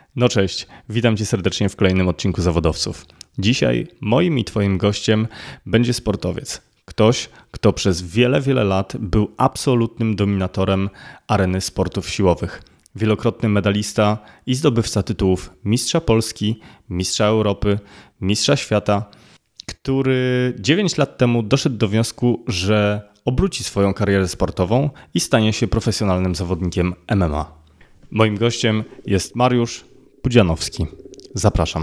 No cześć, witam Cię serdecznie w kolejnym odcinku Zawodowców. Dzisiaj moim i Twoim gościem będzie sportowiec. Ktoś, kto przez wiele lat był absolutnym dominatorem areny sportów siłowych. Wielokrotny medalista i zdobywca tytułów Mistrza Polski, Mistrza Europy, Mistrza Świata, który 9 lat temu doszedł do wniosku, że obróci swoją karierę sportową i stanie się profesjonalnym zawodnikiem MMA. Moim gościem jest Mariusz Pudzianowski. Zapraszam.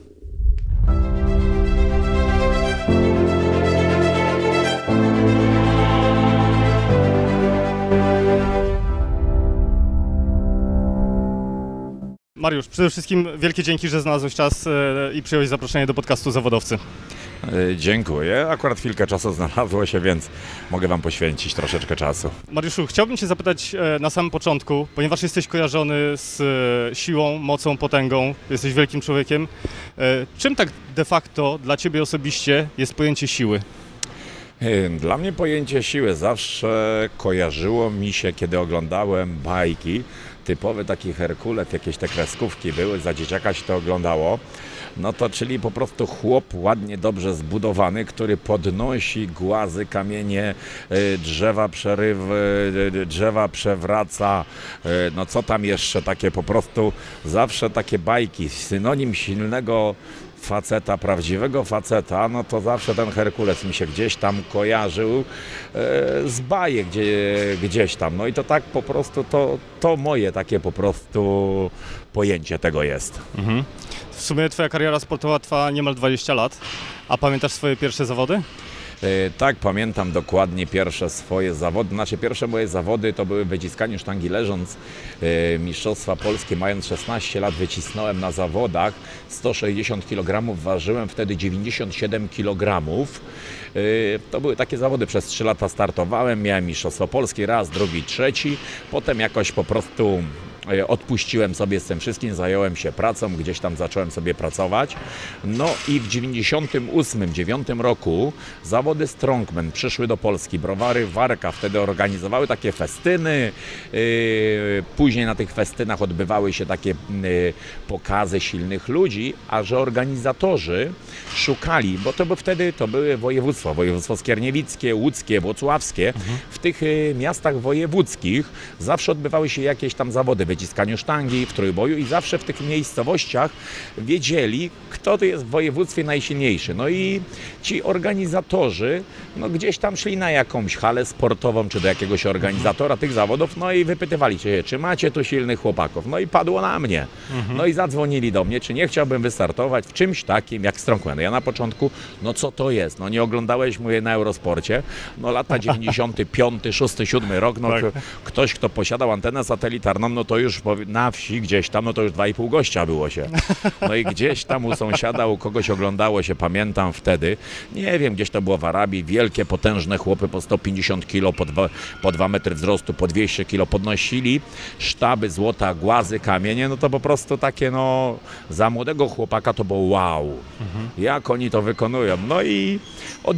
Mariusz, przede wszystkim wielkie dzięki, że znalazłeś czas i przyjąłeś zaproszenie do podcastu Zawodowcy. Dziękuję. Akurat chwilkę czasu znalazło się, więc mogę Wam poświęcić troszeczkę czasu. Mariuszu, chciałbym Cię zapytać na samym początku, ponieważ jesteś kojarzony z siłą, mocą, potęgą, jesteś wielkim człowiekiem. Czym tak de facto dla Ciebie osobiście jest pojęcie siły? Dla mnie pojęcie siły zawsze kojarzyło mi się, kiedy oglądałem bajki, typowy taki Herkules, jakieś te kreskówki były, za dzieciaka się to oglądało. No to czyli po prostu chłop ładnie, dobrze zbudowany, który podnosi głazy, kamienie, drzewa drzewa przewraca, no co tam jeszcze, takie po prostu zawsze takie bajki, synonim silnego faceta, prawdziwego faceta, no to zawsze ten Herkules mi się gdzieś tam kojarzył z bajek gdzieś tam. No i to tak po prostu, to moje takie po prostu pojęcie tego jest. Mhm. W sumie Twoja kariera sportowa trwa niemal 20 lat, a pamiętasz swoje pierwsze zawody? Tak, pamiętam dokładnie pierwsze swoje zawody. Pierwsze moje zawody to były w wyciskaniu sztangi leżąc. Mistrzostwa Polskie, mając 16 lat, wycisnąłem na zawodach 160 kg, ważyłem wtedy 97 kg. To były takie zawody, przez 3 lata startowałem, miałem Mistrzostwo Polskie raz, drugi, trzeci. Potem jakoś po prostu odpuściłem sobie z tym wszystkim, zająłem się pracą, gdzieś tam zacząłem sobie pracować. No i w 98-9 roku zawody Strongman przyszły do Polski. Browary Warka wtedy organizowały takie festyny. Później na tych festynach odbywały się takie pokazy silnych ludzi, a że organizatorzy szukali, bo wtedy to były województwo skierniewickie, łódzkie, włocławskie. W tych miastach wojewódzkich zawsze odbywały się jakieś tam zawody, wyciskaniu sztangi, w trójboju i zawsze w tych miejscowościach wiedzieli, kto to jest w województwie najsilniejszy. No i ci organizatorzy gdzieś tam szli na jakąś halę sportową, czy do jakiegoś organizatora tych zawodów, no i wypytywali się, czy macie tu silnych chłopaków. No i padło na mnie. No i zadzwonili do mnie, czy nie chciałbym wystartować w czymś takim jak Strongman. Ja na początku, co to jest? Nie oglądałeś, mówię, na Eurosporcie. Lata 95, 6, 7 rok, tak. Ktoś, kto posiadał antenę satelitarną, to już na wsi gdzieś tam, to już 2,5 gościa było się. No i gdzieś tam u sąsiada, u kogoś oglądało się, pamiętam wtedy, nie wiem, gdzieś to było w Arabii, wielkie, potężne chłopy po 150 kg, po 2 metry wzrostu, po 200 kg podnosili sztaby, złota, głazy, kamienie, to po prostu takie, za młodego chłopaka to było wow, jak oni to wykonują. No i od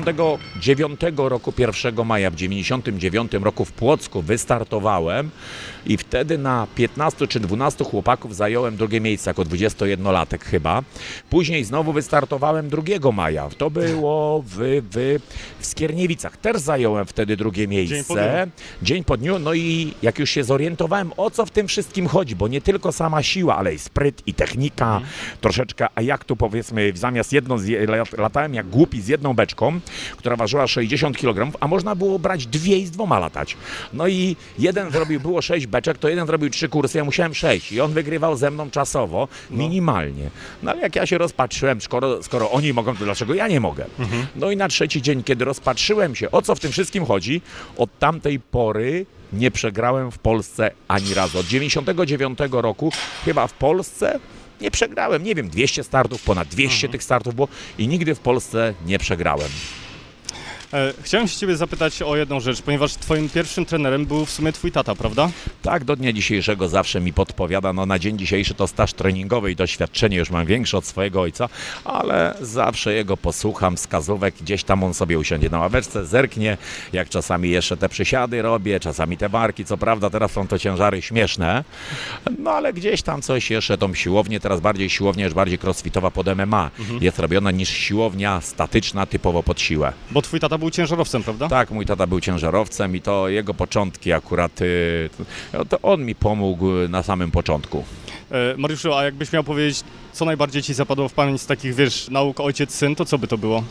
99 roku, 1 maja, w 99 roku w Płocku wystartowałem i wtedy na 15 czy 12 chłopaków zająłem drugie miejsce, jako 21-latek chyba. Później znowu wystartowałem 2 maja. To było w Skierniewicach. Też zająłem wtedy drugie miejsce. Dzień po dniu. No i jak już się zorientowałem, o co w tym wszystkim chodzi, bo nie tylko sama siła, ale i spryt, i technika troszeczkę, a jak tu powiedzmy, zamiast latałem jak głupi z jedną beczką, która ważyła 60 kg, a można było brać 2 i z 2 latać. No i jeden było 6 beczek, to jeden zrobił 3 kursy, ja musiałem 6 i on wygrywał ze mną czasowo, minimalnie. No ale jak ja się rozpatrzyłem, skoro oni mogą, to dlaczego ja nie mogę? No i na trzeci dzień, kiedy rozpatrzyłem się, o co w tym wszystkim chodzi, od tamtej pory nie przegrałem w Polsce ani razu. Od 99 roku chyba w Polsce nie przegrałem, nie wiem, 200 startów, ponad 200 tych startów było i nigdy w Polsce nie przegrałem. Chciałem się ciebie zapytać o jedną rzecz, ponieważ twoim pierwszym trenerem był w sumie twój tata, prawda? Tak, do dnia dzisiejszego zawsze mi podpowiada, no na dzień dzisiejszy to staż treningowy i doświadczenie już mam większe od swojego ojca, ale zawsze jego posłucham wskazówek, gdzieś tam on sobie usiądzie na ławeczce, zerknie, jak czasami jeszcze te przysiady robię, czasami te barki, co prawda teraz są to ciężary śmieszne, no ale gdzieś tam coś jeszcze, tą siłownię, teraz bardziej siłownia już bardziej crossfitowa pod MMA jest robiona niż siłownia statyczna, typowo pod siłę. Bo twój tata był ciężarowcem, prawda? Tak, mój tata był ciężarowcem i to jego początki akurat, to on mi pomógł na samym początku. Mariuszu, a jakbyś miał powiedzieć, co najbardziej ci zapadło w pamięć z takich, wiesz, nauk ojciec-syn, to co by to było?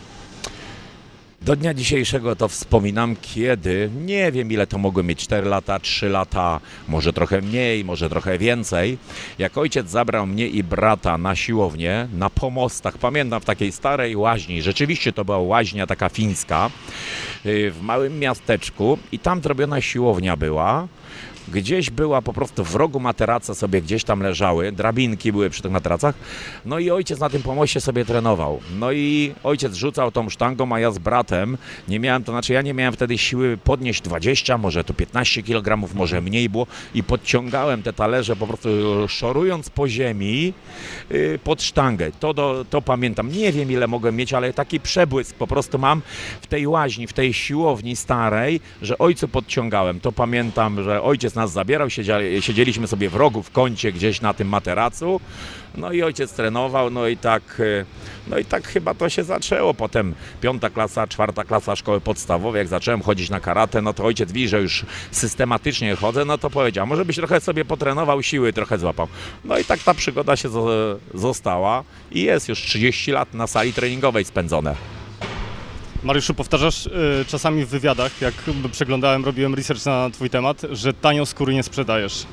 Do dnia dzisiejszego to wspominam, kiedy, nie wiem ile to mogły mieć, 4 lata, 3 lata, może trochę mniej, może trochę więcej, jak ojciec zabrał mnie i brata na siłownię, na pomostach, pamiętam w takiej starej łaźni, rzeczywiście to była łaźnia taka fińska, w małym miasteczku i tam zrobiona siłownia była. Gdzieś była po prostu w rogu materace sobie gdzieś tam leżały, drabinki były przy tych materacach, no i ojciec na tym pomoście sobie trenował. No i ojciec rzucał tą sztangą, a ja z bratem ja nie miałem wtedy siły podnieść 20, może to 15 kg, może mniej było i podciągałem te talerze po prostu szorując po ziemi pod sztangę. To pamiętam, nie wiem ile mogłem mieć, ale taki przebłysk po prostu mam w tej łaźni, w tej siłowni starej, że ojcu podciągałem. To pamiętam, że ojciec nas zabierał, siedzieliśmy sobie w rogu, w kącie gdzieś na tym materacu, no i ojciec trenował, no i tak chyba to się zaczęło. Potem 5. klasa, 4. klasa szkoły podstawowej, jak zacząłem chodzić na karate, no to ojciec widzi, że już systematycznie chodzę, no to powiedział, może byś trochę sobie potrenował, siły trochę złapał. No i tak ta przygoda się została i jest już 30 lat na sali treningowej spędzone. Mariuszu, powtarzasz czasami w wywiadach, jak robiłem research na twój temat, że tanio skóry nie sprzedajesz.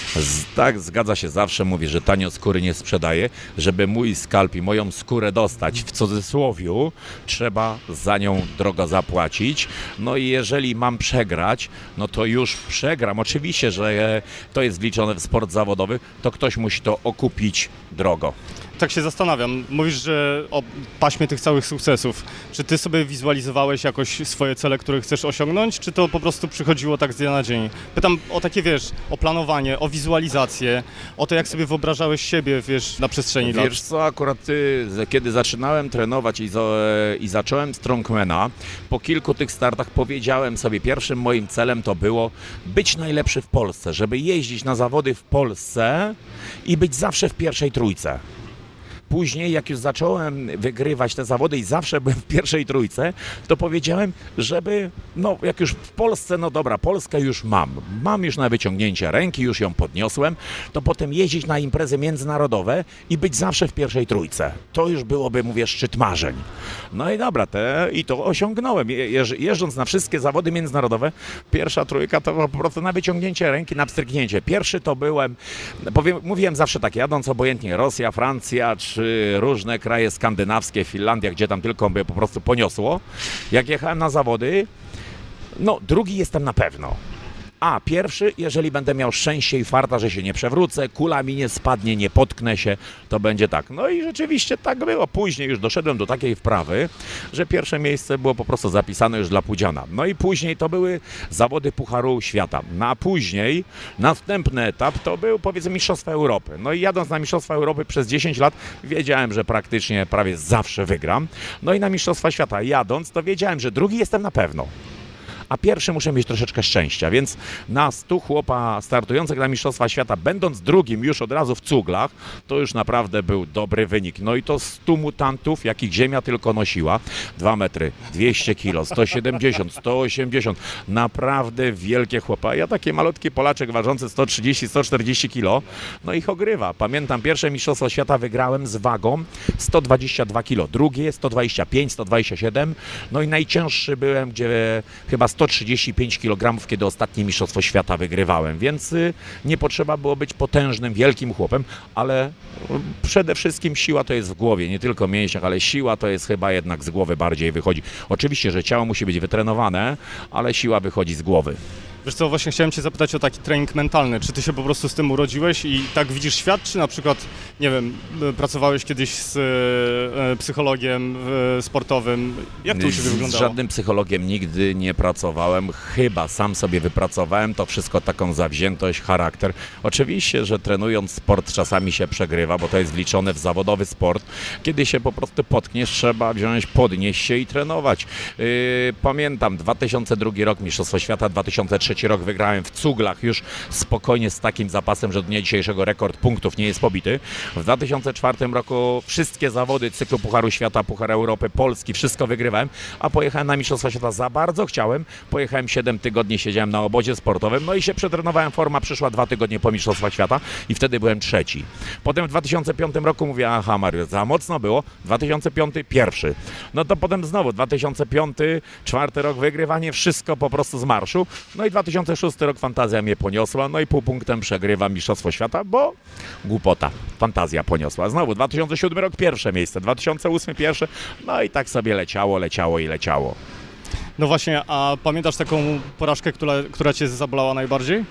Tak, zgadza się, zawsze mówię, że tanio skóry nie sprzedaję. Żeby mój skalp i moją skórę dostać, w cudzysłowiu, trzeba za nią drogo zapłacić. No i jeżeli mam przegrać, no to już przegram. Oczywiście, że to jest wliczone w sport zawodowy, to ktoś musi to okupić drogo. Tak się zastanawiam, mówisz, że o paśmie tych całych sukcesów, czy ty sobie wizualizowałeś jakoś swoje cele, które chcesz osiągnąć, czy to po prostu przychodziło tak z dnia na dzień? Pytam o takie, wiesz, o planowanie, o wizualizację, o to, jak sobie wyobrażałeś siebie, wiesz, na przestrzeni lat. Wiesz co, akurat kiedy zaczynałem trenować i zacząłem strongmana, po kilku tych startach powiedziałem sobie, pierwszym moim celem to było być najlepszy w Polsce, żeby jeździć na zawody w Polsce i być zawsze w pierwszej trójce. Później, jak już zacząłem wygrywać te zawody i zawsze byłem w pierwszej trójce, to powiedziałem, żeby, no jak już w Polsce, no dobra, Polskę już mam już na wyciągnięcie ręki, już ją podniosłem, to potem jeździć na imprezy międzynarodowe i być zawsze w pierwszej trójce. To już byłoby, mówię, szczyt marzeń. No i dobra, i to osiągnąłem. Jeżdżąc na wszystkie zawody międzynarodowe, pierwsza trójka to po prostu na wyciągnięcie ręki, na pstryknięcie. Pierwszy to byłem, mówiłem zawsze tak, jadąc obojętnie Rosja, Francja, czy różne kraje skandynawskie, Finlandia, gdzie tam tylko mnie po prostu poniosło. Jak jechałem na zawody, no drugi jestem na pewno. A pierwszy, jeżeli będę miał szczęście i farta, że się nie przewrócę, kula mi nie spadnie, nie potknę się, to będzie tak. No i rzeczywiście tak było. Później już doszedłem do takiej wprawy, że pierwsze miejsce było po prostu zapisane już dla Pudziana. No i później to były zawody Pucharu Świata. No a później następny etap to był, powiedzmy, Mistrzostwa Europy. No i jadąc na Mistrzostwa Europy przez 10 lat wiedziałem, że praktycznie prawie zawsze wygram. No i na Mistrzostwa Świata jadąc, to wiedziałem, że drugi jestem na pewno. A pierwszy muszę mieć troszeczkę szczęścia, więc na 100 chłopa startujących na Mistrzostwa Świata, będąc drugim już od razu w cuglach, to już naprawdę był dobry wynik. No i to 100 mutantów, jakich ziemia tylko nosiła, 2 metry, 200 kilo, 170, 180, naprawdę wielkie chłopa. Ja taki malutki Polaczek ważący 130, 140 kilo, no ich ogrywa. Pamiętam, pierwsze Mistrzostwo Świata wygrałem z wagą 122 kilo, drugie 125, 127, no i najcięższy byłem, gdzie chyba 135 kg, kiedy ostatnie Mistrzostwo Świata wygrywałem, więc nie potrzeba było być potężnym, wielkim chłopem, ale przede wszystkim siła to jest w głowie, nie tylko w mięśniach, ale siła to jest chyba jednak z głowy bardziej wychodzi. Oczywiście, że ciało musi być wytrenowane, ale siła wychodzi z głowy. Wiesz co, właśnie chciałem Cię zapytać o taki trening mentalny. Czy Ty się po prostu z tym urodziłeś i tak widzisz świat, czy na przykład, nie wiem, pracowałeś kiedyś z psychologiem sportowym? Jak to u Ciebie wyglądało? Z żadnym psychologiem nigdy nie pracowałem, chyba sam sobie wypracowałem to wszystko, taką zawziętość, charakter. Oczywiście, że trenując sport czasami się przegrywa, bo to jest wliczone w zawodowy sport. Kiedy się po prostu potkniesz, trzeba wziąć, podnieść się i trenować. Pamiętam 2002 rok, Mistrzostwo Świata, 2003 rok wygrałem w cuglach już spokojnie z takim zapasem, że do dnia dzisiejszego rekord punktów nie jest pobity. W 2004 roku wszystkie zawody cyklu Pucharu Świata, Puchar Europy, Polski, wszystko wygrywałem, a pojechałem na Mistrzostwa Świata za bardzo chciałem. Pojechałem 7 tygodni, siedziałem na obozie sportowym, no i się przetrenowałem, forma przyszła 2 tygodnie po Mistrzostwach Świata i wtedy byłem trzeci. Potem w 2005 roku mówię, aha Mariusz, za mocno było, 2005 pierwszy. No to potem znowu 2005, 4 rok wygrywanie, wszystko po prostu z marszu. No i 2006 rok fantazja mnie poniosła, no i pół punktem przegrywam Mistrzostwo Świata, bo głupota, fantazja poniosła. Znowu 2007 rok pierwsze miejsce, 2008 pierwsze, no i tak sobie leciało. No właśnie, a pamiętasz taką porażkę, która Cię zabolała najbardziej?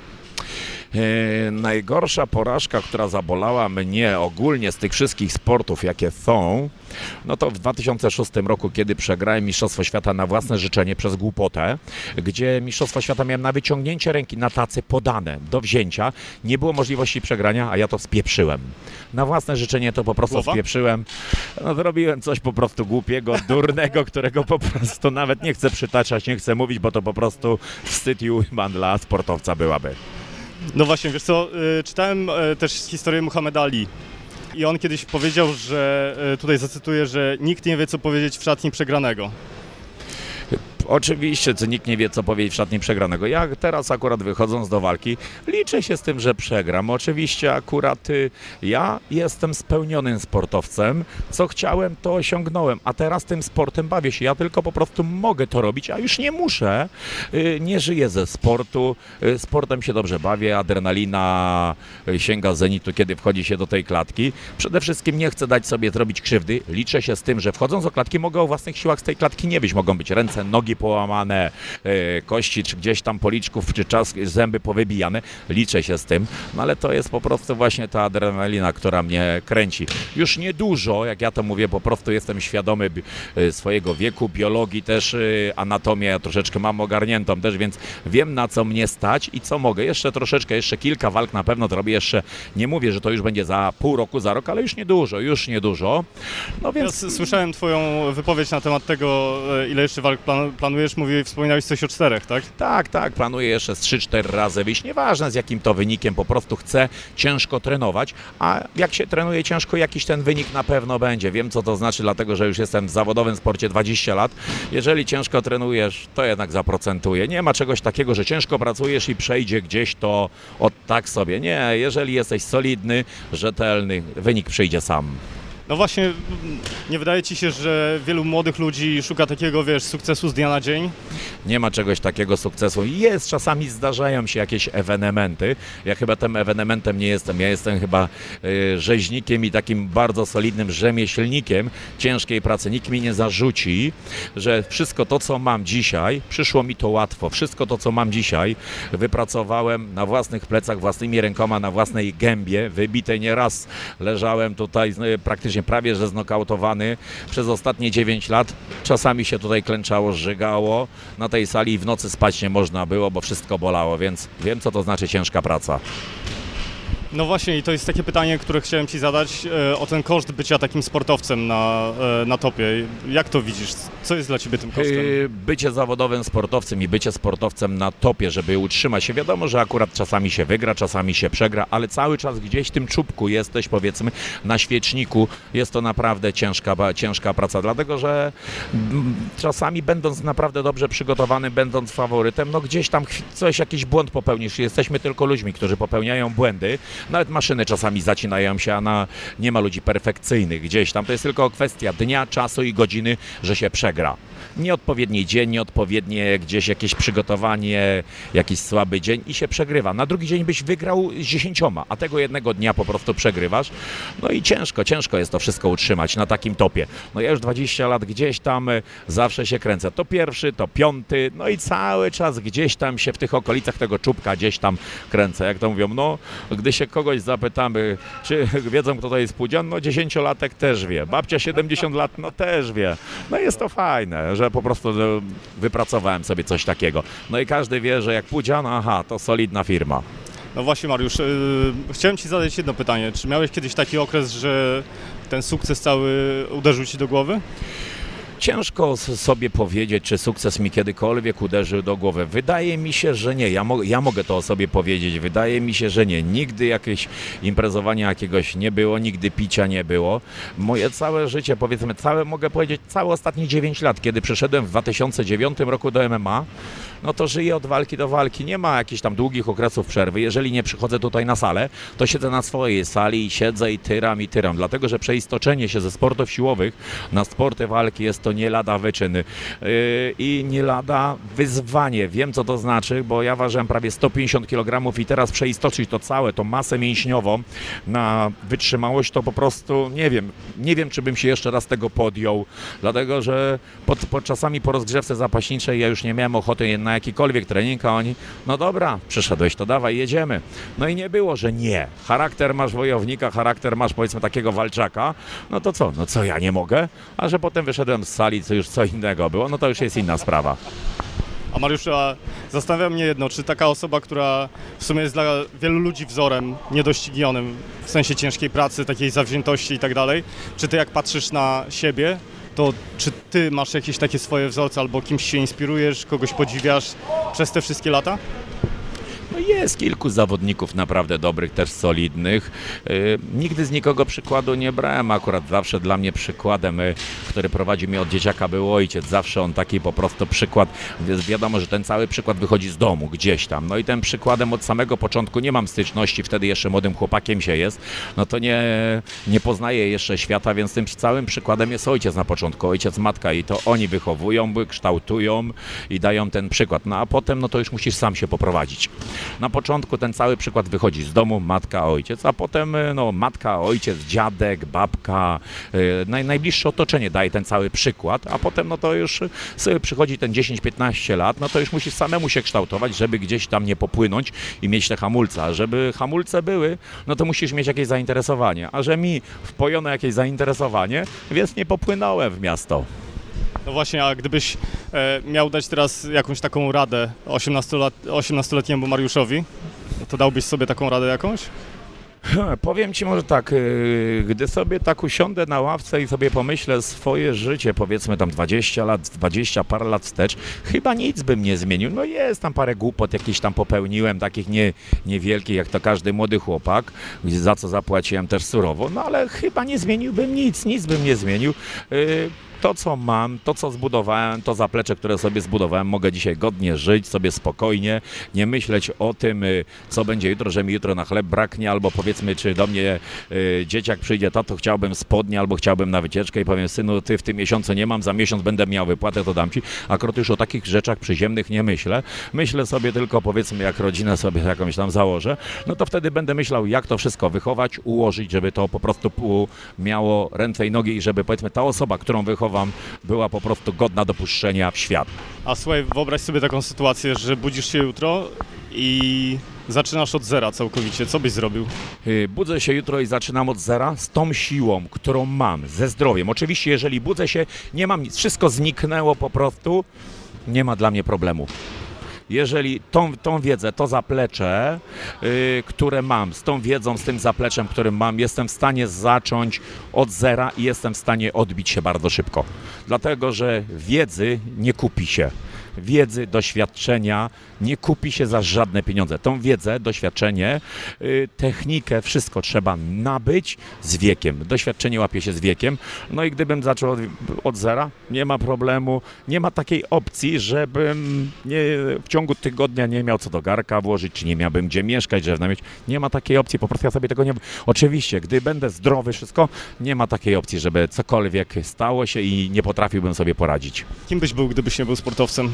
Najgorsza porażka, która zabolała mnie ogólnie z tych wszystkich sportów, jakie są, no to w 2006 roku, kiedy przegrałem Mistrzostwo Świata na własne życzenie przez głupotę, gdzie Mistrzostwo Świata miałem na wyciągnięcie ręki na tacy podane do wzięcia, nie było możliwości przegrania, a ja to spieprzyłem. Na własne życzenie to po prostu spieprzyłem. No, zrobiłem coś po prostu głupiego, durnego, którego po prostu nawet nie chcę przytaczać, nie chcę mówić, bo to po prostu wstyd i ujma dla sportowca byłaby. No właśnie, wiesz co, czytałem też historię Muhammeda Ali i on kiedyś powiedział, że, tutaj zacytuję, że nikt nie wie, co powiedzieć w szatni przegranego. Oczywiście, co nikt nie wie, co powiedzieć w szatni przegranego. Ja teraz akurat wychodząc do walki, liczę się z tym, że przegram. Oczywiście akurat ja jestem spełnionym sportowcem. Co chciałem, to osiągnąłem. A teraz tym sportem bawię się. Ja tylko po prostu mogę to robić, a już nie muszę. Nie żyję ze sportu. Sportem się dobrze bawię. Adrenalina sięga zenitu, kiedy wchodzi się do tej klatki. Przede wszystkim nie chcę dać sobie zrobić krzywdy. Liczę się z tym, że wchodząc do klatki mogę o własnych siłach z tej klatki nie wyjść. Mogą być ręce, nogi połamane, kości, czy gdzieś tam policzków, czy zęby powybijane. Liczę się z tym, no ale to jest po prostu właśnie ta adrenalina, która mnie kręci. Już niedużo, jak ja to mówię, po prostu jestem świadomy swojego wieku, biologii też, anatomię ja troszeczkę mam ogarniętą też, więc wiem, na co mnie stać i co mogę. Jeszcze troszeczkę, jeszcze kilka walk na pewno to robię, jeszcze nie mówię, że to już będzie za pół roku, za rok, ale już niedużo. No więc... Ja słyszałem Twoją wypowiedź na temat tego, ile jeszcze walk planujesz, wspominałeś coś o 4, tak? Tak, planuję jeszcze z 3-4 razy wyjść, nieważne z jakim to wynikiem, po prostu chcę ciężko trenować, a jak się trenuje ciężko, jakiś ten wynik na pewno będzie. Wiem, co to znaczy, dlatego, że już jestem w zawodowym sporcie 20 lat. Jeżeli ciężko trenujesz, to jednak zaprocentuje. Nie ma czegoś takiego, że ciężko pracujesz i przejdzie gdzieś to od tak sobie. Nie, jeżeli jesteś solidny, rzetelny, wynik przyjdzie sam. No właśnie, nie wydaje Ci się, że wielu młodych ludzi szuka takiego, sukcesu z dnia na dzień? Nie ma czegoś takiego sukcesu. Jest, czasami zdarzają się jakieś ewenementy. Ja chyba tym ewenementem nie jestem. Ja jestem chyba rzeźnikiem i takim bardzo solidnym rzemieślnikiem ciężkiej pracy. Nikt mi nie zarzuci, że wszystko to, co mam dzisiaj, przyszło mi to łatwo. Wszystko to, co mam dzisiaj, wypracowałem na własnych plecach, własnymi rękoma, na własnej gębie. Wybite nieraz leżałem tutaj praktycznie prawie że znokautowany przez ostatnie 9 lat. Czasami się tutaj klęczało, żygało. Na tej sali w nocy spać nie można było, bo wszystko bolało, więc wiem, co to znaczy ciężka praca. No właśnie i to jest takie pytanie, które chciałem Ci zadać o ten koszt bycia takim sportowcem na topie. Jak to widzisz? Co jest dla Ciebie tym kosztem? Bycie zawodowym sportowcem i bycie sportowcem na topie, żeby utrzymać się. Wiadomo, że akurat czasami się wygra, czasami się przegra, ale cały czas gdzieś w tym czubku jesteś, powiedzmy, na świeczniku. Jest to naprawdę ciężka praca, dlatego że czasami będąc naprawdę dobrze przygotowany, będąc faworytem, no gdzieś tam jakiś błąd popełnisz. Jesteśmy tylko ludźmi, którzy popełniają błędy. Nawet maszyny czasami zacinają się, a nie ma ludzi perfekcyjnych gdzieś tam. To jest tylko kwestia dnia, czasu i godziny, że się przegra. Nieodpowiedni dzień, nieodpowiednie gdzieś jakieś przygotowanie, jakiś słaby dzień i się przegrywa. Na drugi dzień byś wygrał z 10, a tego jednego dnia po prostu przegrywasz. No i ciężko jest to wszystko utrzymać na takim topie. No ja już 20 lat gdzieś tam zawsze się kręcę. To pierwszy, to piąty, no i cały czas gdzieś tam się w tych okolicach tego czubka gdzieś tam kręcę. Jak to mówią, no gdy się kogoś zapytamy, czy wiedzą, kto to jest Pudzian, no 10-latek też wie. Babcia 70 lat, no też wie. No jest to fajne, że po prostu wypracowałem sobie coś takiego. No i każdy wie, że jak Pudzian, aha, to solidna firma. No właśnie, Mariusz, chciałem Ci zadać jedno pytanie. Czy miałeś kiedyś taki okres, że ten sukces cały uderzył Ci do głowy? Ciężko sobie powiedzieć, czy sukces mi kiedykolwiek uderzył do głowy. Wydaje mi się, że nie. Ja mogę to o sobie powiedzieć. Wydaje mi się, że nie. Nigdy jakieś imprezowania jakiegoś nie było, nigdy picia nie było. Moje całe życie, powiedzmy, mogę powiedzieć, całe ostatnie 9 lat, kiedy przyszedłem w 2009 roku do MMA, no to żyję od walki do walki. Nie ma jakichś tam długich okresów przerwy. Jeżeli nie przychodzę tutaj na salę, to siedzę na swojej sali i siedzę i tyram. Dlatego, że przeistoczenie się ze sportów siłowych na sporty walki jest to nie lada wyczyn i nie lada wyzwanie. Wiem, co to znaczy, bo ja ważyłem prawie 150 kg i teraz przeistoczyć to całe, tą masę mięśniową na wytrzymałość, to po prostu nie wiem, czy bym się jeszcze raz tego podjął, dlatego, że czasami po rozgrzewce zapaśniczej ja już nie miałem ochoty na jakikolwiek trening, a oni, no dobra, przyszedłeś, to dawaj, jedziemy. No i nie było, że nie. Charakter masz wojownika, charakter masz, powiedzmy, takiego walczaka, no to co? No co, ja nie mogę? A że potem wyszedłem z sali, co już co innego było, no to już jest inna sprawa. A Mariuszu, zastanawia mnie jedno, czy taka osoba, która w sumie jest dla wielu ludzi wzorem niedoścignionym, w sensie ciężkiej pracy, takiej zawziętości i tak dalej, czy ty jak patrzysz na siebie, to czy ty masz jakieś takie swoje wzorce albo kimś się inspirujesz, kogoś podziwiasz przez te wszystkie lata? No jest kilku zawodników naprawdę dobrych, też solidnych. Nigdy z nikogo przykładu nie brałem. Akurat zawsze dla mnie przykładem, który prowadzi mnie od dzieciaka, był ojciec. Zawsze on taki po prostu przykład. Wiadomo, że ten cały przykład wychodzi z domu, gdzieś tam. No i tym przykładem od samego początku nie mam styczności, wtedy jeszcze młodym chłopakiem się jest. No to nie poznaję jeszcze świata, więc tym całym przykładem jest ojciec na początku. Ojciec, matka i to oni wychowują, kształtują i dają ten przykład. No a potem no to już musisz sam się poprowadzić. Na początku ten cały przykład wychodzi z domu, matka, ojciec, a potem no, matka, ojciec, dziadek, babka, najbliższe otoczenie daje ten cały przykład, a potem no to już przychodzi ten 10-15 lat, no to już musisz samemu się kształtować, żeby gdzieś tam nie popłynąć i mieć te hamulce. A żeby hamulce były, no to musisz mieć jakieś zainteresowanie. A że mi wpojono jakieś zainteresowanie, więc nie popłynąłem w miasto. No właśnie, a gdybyś miał dać teraz jakąś taką radę 18-letniemu Mariuszowi, to dałbyś sobie taką radę jakąś? Powiem Ci może tak, gdy sobie tak usiądę na ławce i sobie pomyślę swoje życie, powiedzmy tam 20 lat, 20 parę lat wstecz, chyba nic bym nie zmienił. No jest tam parę głupot jakieś tam popełniłem, takich niewielkich, jak to każdy młody chłopak, za co zapłaciłem też surowo, no ale chyba nie zmieniłbym nic bym nie zmienił. To, co mam, to, co zbudowałem, to zaplecze, które sobie zbudowałem, mogę dzisiaj godnie żyć, sobie spokojnie, nie myśleć o tym, co będzie jutro, że mi jutro na chleb braknie, albo powiedzmy, czy do mnie dzieciak przyjdzie, tato, chciałbym spodnie, albo chciałbym na wycieczkę i powiem, synu, ty w tym miesiącu nie mam, za miesiąc będę miał wypłatę, to dam ci. Akurat już o takich rzeczach przyziemnych nie myślę. Myślę sobie tylko, powiedzmy, jak rodzinę sobie jakąś tam założę, no to wtedy będę myślał, jak to wszystko wychować, ułożyć, żeby to po prostu miało ręce i nogi i żeby, powiedzmy, ta osoba, którą wychowam, była po prostu godna dopuszczenia w świat. A słuchaj, wyobraź sobie taką sytuację, że budzisz się jutro i zaczynasz od zera całkowicie. Co byś zrobił? Budzę się jutro i zaczynam od zera z tą siłą, którą mam, ze zdrowiem. Oczywiście, jeżeli budzę się, nie mam nic, wszystko zniknęło po prostu, nie ma dla mnie problemu. Jeżeli tą wiedzę, to zaplecze, które mam, z tą wiedzą, z tym zapleczem, którym mam, jestem w stanie zacząć od zera i jestem w stanie odbić się bardzo szybko. Dlatego, że wiedzy nie kupi się. wiedzy, doświadczenia nie kupi się za żadne pieniądze. Tą wiedzę, doświadczenie, technikę, wszystko trzeba nabyć z wiekiem. Doświadczenie łapie się z wiekiem. No i gdybym zaczął od zera, nie ma problemu, nie ma takiej opcji, żebym w ciągu tygodnia nie miał co do garka włożyć, czy nie miałbym gdzie mieszkać, drewna mieć. Nie ma takiej opcji, po prostu ja sobie tego nie... Oczywiście, gdy będę zdrowy, wszystko, nie ma takiej opcji, żeby cokolwiek stało się i nie potrafiłbym sobie poradzić. Kim byś był, gdybyś nie był sportowcem?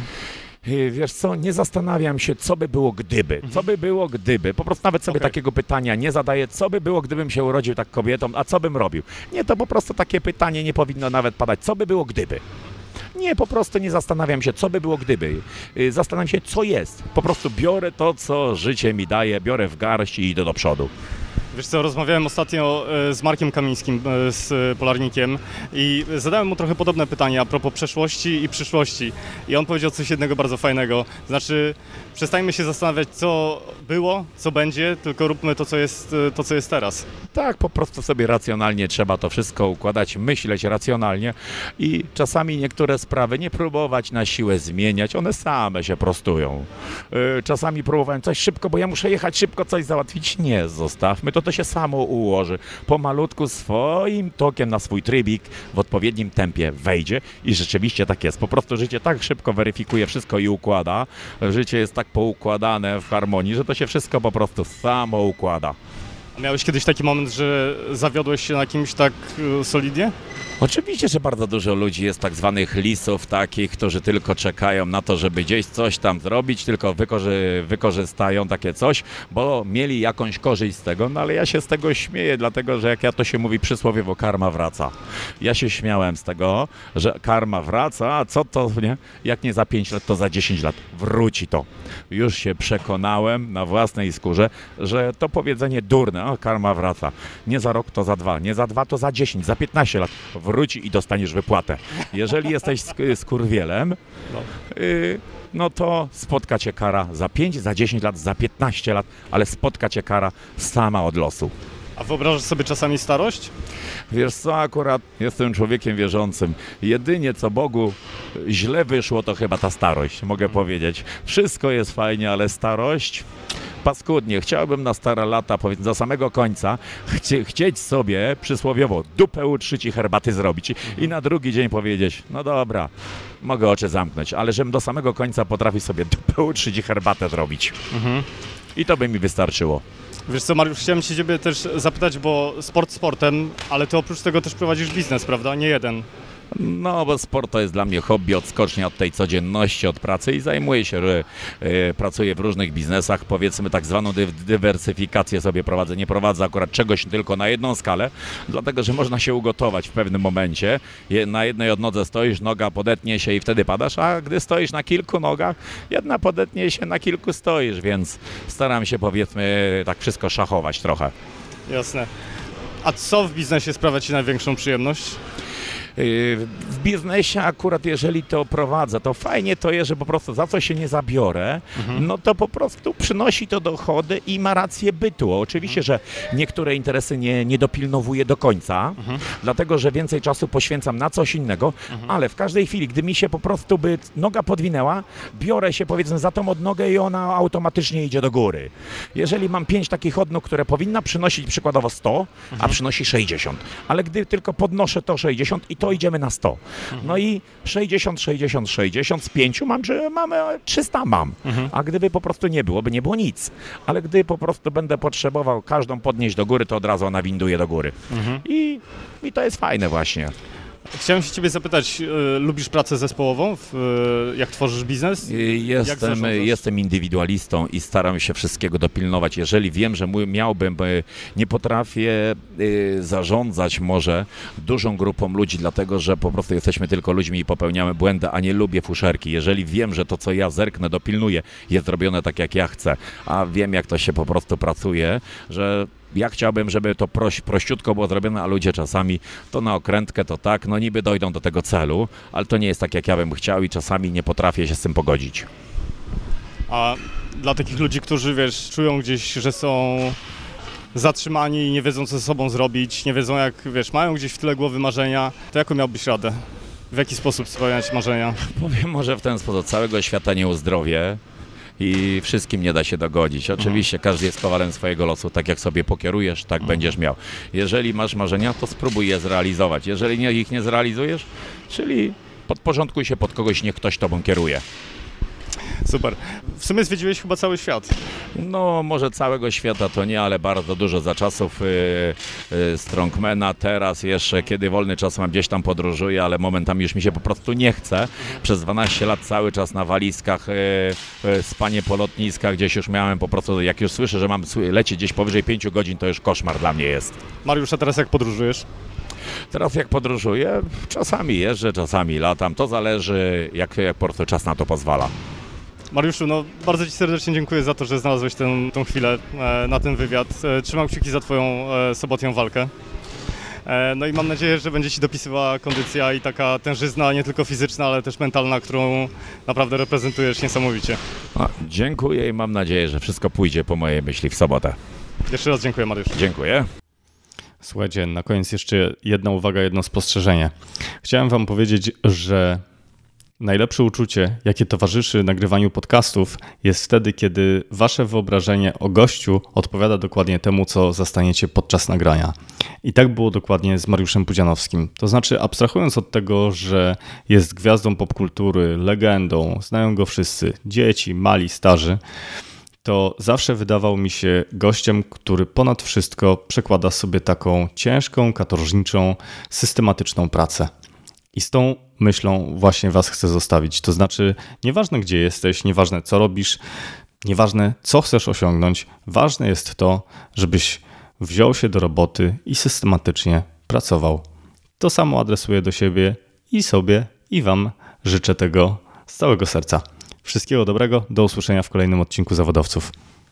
Wiesz co, nie zastanawiam się, co by było gdyby. Co by było gdyby? Po prostu nawet sobie takiego pytania nie zadaję, co by było, gdybym się urodził tak kobietą, a co bym robił? Nie, to po prostu takie pytanie nie powinno nawet padać. Co by było gdyby? Nie, po prostu nie zastanawiam się, co by było gdyby. Zastanawiam się, co jest. Po prostu biorę to, co życie mi daje, biorę w garść i idę do przodu. Wiesz co, rozmawiałem ostatnio z Markiem Kamińskim, z Polarnikiem i zadałem mu trochę podobne pytania a propos przeszłości i przyszłości. I on powiedział coś jednego bardzo fajnego. Znaczy, przestańmy się zastanawiać, co było, co będzie, tylko róbmy to, co jest teraz. Tak, po prostu sobie racjonalnie trzeba to wszystko układać, myśleć racjonalnie i czasami niektóre sprawy nie próbować na siłę zmieniać, one same się prostują. Czasami próbowałem coś szybko, bo ja muszę jechać szybko, coś załatwić. Nie, zostawmy to się samo ułoży. Pomalutku swoim tokiem na swój trybik w odpowiednim tempie wejdzie i rzeczywiście tak jest. Po prostu życie tak szybko weryfikuje wszystko i układa. Życie jest tak poukładane w harmonii, że to się wszystko po prostu samo układa. A miałeś kiedyś taki moment, że zawiodłeś się na kimś tak solidnie? Oczywiście, że bardzo dużo ludzi jest tak zwanych lisów takich, którzy tylko czekają na to, żeby gdzieś coś tam zrobić, tylko wykorzystają takie coś, bo mieli jakąś korzyść z tego, no ale ja się z tego śmieję, dlatego że jak ja to się mówi przysłowiowo, karma wraca. Ja się śmiałem z tego, że karma wraca, a co to, nie? Jak nie za 5 lat, to za 10 lat wróci to. Już się przekonałem na własnej skórze, że to powiedzenie durne, o, karma wraca. Nie za rok, to za 2, nie za 2, to za 10, za 15 lat. Wróci i dostaniesz wypłatę. Jeżeli jesteś skurwielem, no to spotka cię kara za 5, za 10 lat, za 15 lat, ale spotka cię kara sama od losu. A wyobrażasz sobie czasami starość? Wiesz co, akurat jestem człowiekiem wierzącym. Jedynie co Bogu źle wyszło, to chyba ta starość, mogę powiedzieć. Wszystko jest fajnie, ale starość... paskudnie. Chciałbym na stare lata, powiedzmy, do samego końca chcieć sobie przysłowiowo dupę utrzeć i herbaty zrobić i na drugi dzień powiedzieć, no dobra, mogę oczy zamknąć, ale żebym do samego końca potrafił sobie dupę utrzeć i herbatę zrobić. I to by mi wystarczyło. Wiesz co, Mariusz, chciałem się ciebie też zapytać, bo sport sportem, ale ty oprócz tego też prowadzisz biznes, prawda? Nie jeden. No, bo sport to jest dla mnie hobby, odskocznia od tej codzienności, od pracy i zajmuję się, pracuję w różnych biznesach, powiedzmy tak zwaną dywersyfikację sobie prowadzę. Nie prowadzę akurat czegoś tylko na jedną skalę, dlatego że można się ugotować w pewnym momencie. Na jednej odnodze stoisz, noga podetnie się i wtedy padasz, a gdy stoisz na kilku nogach, jedna podetnie się, na kilku stoisz, więc staram się, powiedzmy, tak wszystko szachować trochę. Jasne. A co w biznesie sprawia ci największą przyjemność? W biznesie akurat jeżeli to prowadzę, to fajnie to jest, że po prostu za co się nie zabiorę, no to po prostu przynosi to dochody i ma rację bytu. Oczywiście, że niektóre interesy nie dopilnowuję do końca, dlatego że więcej czasu poświęcam na coś innego, ale w każdej chwili, gdy mi się po prostu by noga podwinęła, biorę się, powiedzmy, za tą odnogę i ona automatycznie idzie do góry. Jeżeli mam 5 takich odnóg, które powinna przynosić przykładowo 100, a przynosi 60, ale gdy tylko podnoszę to 60 i to idziemy na 100. No i 60, 60, 60 z 5 mamy 300 mam. A gdyby po prostu nie było nic. Ale gdy po prostu będę potrzebował każdą podnieść do góry, to od razu ona winduje do góry. I to jest fajne właśnie. Chciałem się ciebie zapytać, lubisz pracę zespołową, jak tworzysz biznes? Jestem indywidualistą i staram się wszystkiego dopilnować. Jeżeli wiem, że nie potrafię zarządzać może dużą grupą ludzi, dlatego że po prostu jesteśmy tylko ludźmi i popełniamy błędy, a nie lubię fuszerki. Jeżeli wiem, że to, co ja zerknę, dopilnuję, jest zrobione tak, jak ja chcę, a wiem, jak to się po prostu pracuje, że ja chciałbym, żeby to prościutko było zrobione, a ludzie czasami to na okrętkę, to tak, no niby dojdą do tego celu, ale to nie jest tak, jak ja bym chciał i czasami nie potrafię się z tym pogodzić. A dla takich ludzi, którzy, wiesz, czują gdzieś, że są zatrzymani i nie wiedzą, co ze sobą zrobić, nie wiedzą, jak, wiesz, mają gdzieś w tyle głowy marzenia, to jaką miałbyś radę? W jaki sposób spełniać marzenia? Powiem może w ten sposób, całego świata nie uzdrowię i wszystkim nie da się dogodzić. Oczywiście każdy jest kowalem swojego losu, tak jak sobie pokierujesz, tak będziesz miał. Jeżeli masz marzenia, to spróbuj je zrealizować. Jeżeli ich nie zrealizujesz, czyli podporządkuj się pod kogoś, niech ktoś tobą kieruje. Super. W sumie zwiedziłeś chyba cały świat. No może całego świata to nie, ale bardzo dużo za czasów strongmana, teraz jeszcze kiedy wolny czas mam gdzieś tam podróżuję, ale momentami już mi się po prostu nie chce. Przez 12 lat cały czas na walizkach, spanie po lotniskach, gdzieś już miałem po prostu, jak już słyszę, że mam lecieć gdzieś powyżej 5 godzin, to już koszmar dla mnie jest. Mariusz, a teraz jak podróżujesz? Teraz jak podróżuję, czasami jeżdżę, czasami latam, to zależy jak po prostu czas na to pozwala. Mariuszu, no bardzo Ci serdecznie dziękuję za to, że znalazłeś tą chwilę na ten wywiad. Trzymam kciuki za Twoją sobotnią walkę. No i mam nadzieję, że będzie Ci dopisywała kondycja i taka tężyzna, nie tylko fizyczna, ale też mentalna, którą naprawdę reprezentujesz niesamowicie. Dziękuję i mam nadzieję, że wszystko pójdzie po mojej myśli w sobotę. Jeszcze raz dziękuję, Mariusz. Dziękuję. Słuchajcie, na koniec jeszcze jedna uwaga, jedno spostrzeżenie. Chciałem Wam powiedzieć, że najlepsze uczucie, jakie towarzyszy nagrywaniu podcastów, jest wtedy, kiedy wasze wyobrażenie o gościu odpowiada dokładnie temu, co zastaniecie podczas nagrania. I tak było dokładnie z Mariuszem Pudzianowskim. To znaczy, abstrahując od tego, że jest gwiazdą popkultury, legendą, znają go wszyscy, dzieci, mali, starzy, to zawsze wydawał mi się gościem, który ponad wszystko przekłada sobie taką ciężką, katorżniczą, systematyczną pracę. I z tą myślą właśnie was chcę zostawić. To znaczy, nieważne gdzie jesteś, nieważne co robisz, nieważne co chcesz osiągnąć, ważne jest to, żebyś wziął się do roboty i systematycznie pracował. To samo adresuję do siebie i sobie i wam życzę tego z całego serca. Wszystkiego dobrego, do usłyszenia w kolejnym odcinku Zawodowców.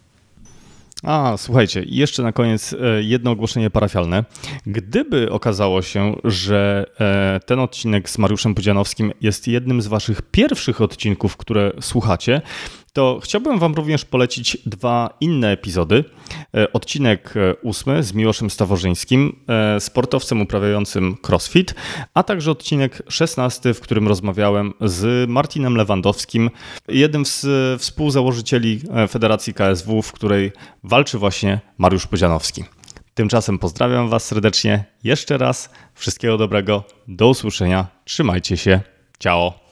Słuchajcie, jeszcze na koniec jedno ogłoszenie parafialne. Gdyby okazało się, że ten odcinek z Mariuszem Pudzianowskim jest jednym z waszych pierwszych odcinków, które słuchacie, to chciałbym wam również polecić 2 inne epizody. Odcinek 8 z Miłoszem Staworzyńskim, sportowcem uprawiającym crossfit, a także odcinek 16, w którym rozmawiałem z Martinem Lewandowskim, jednym z współzałożycieli Federacji KSW, w której walczy właśnie Mariusz Pudzianowski. Tymczasem pozdrawiam was serdecznie jeszcze raz. Wszystkiego dobrego, do usłyszenia, trzymajcie się, ciao.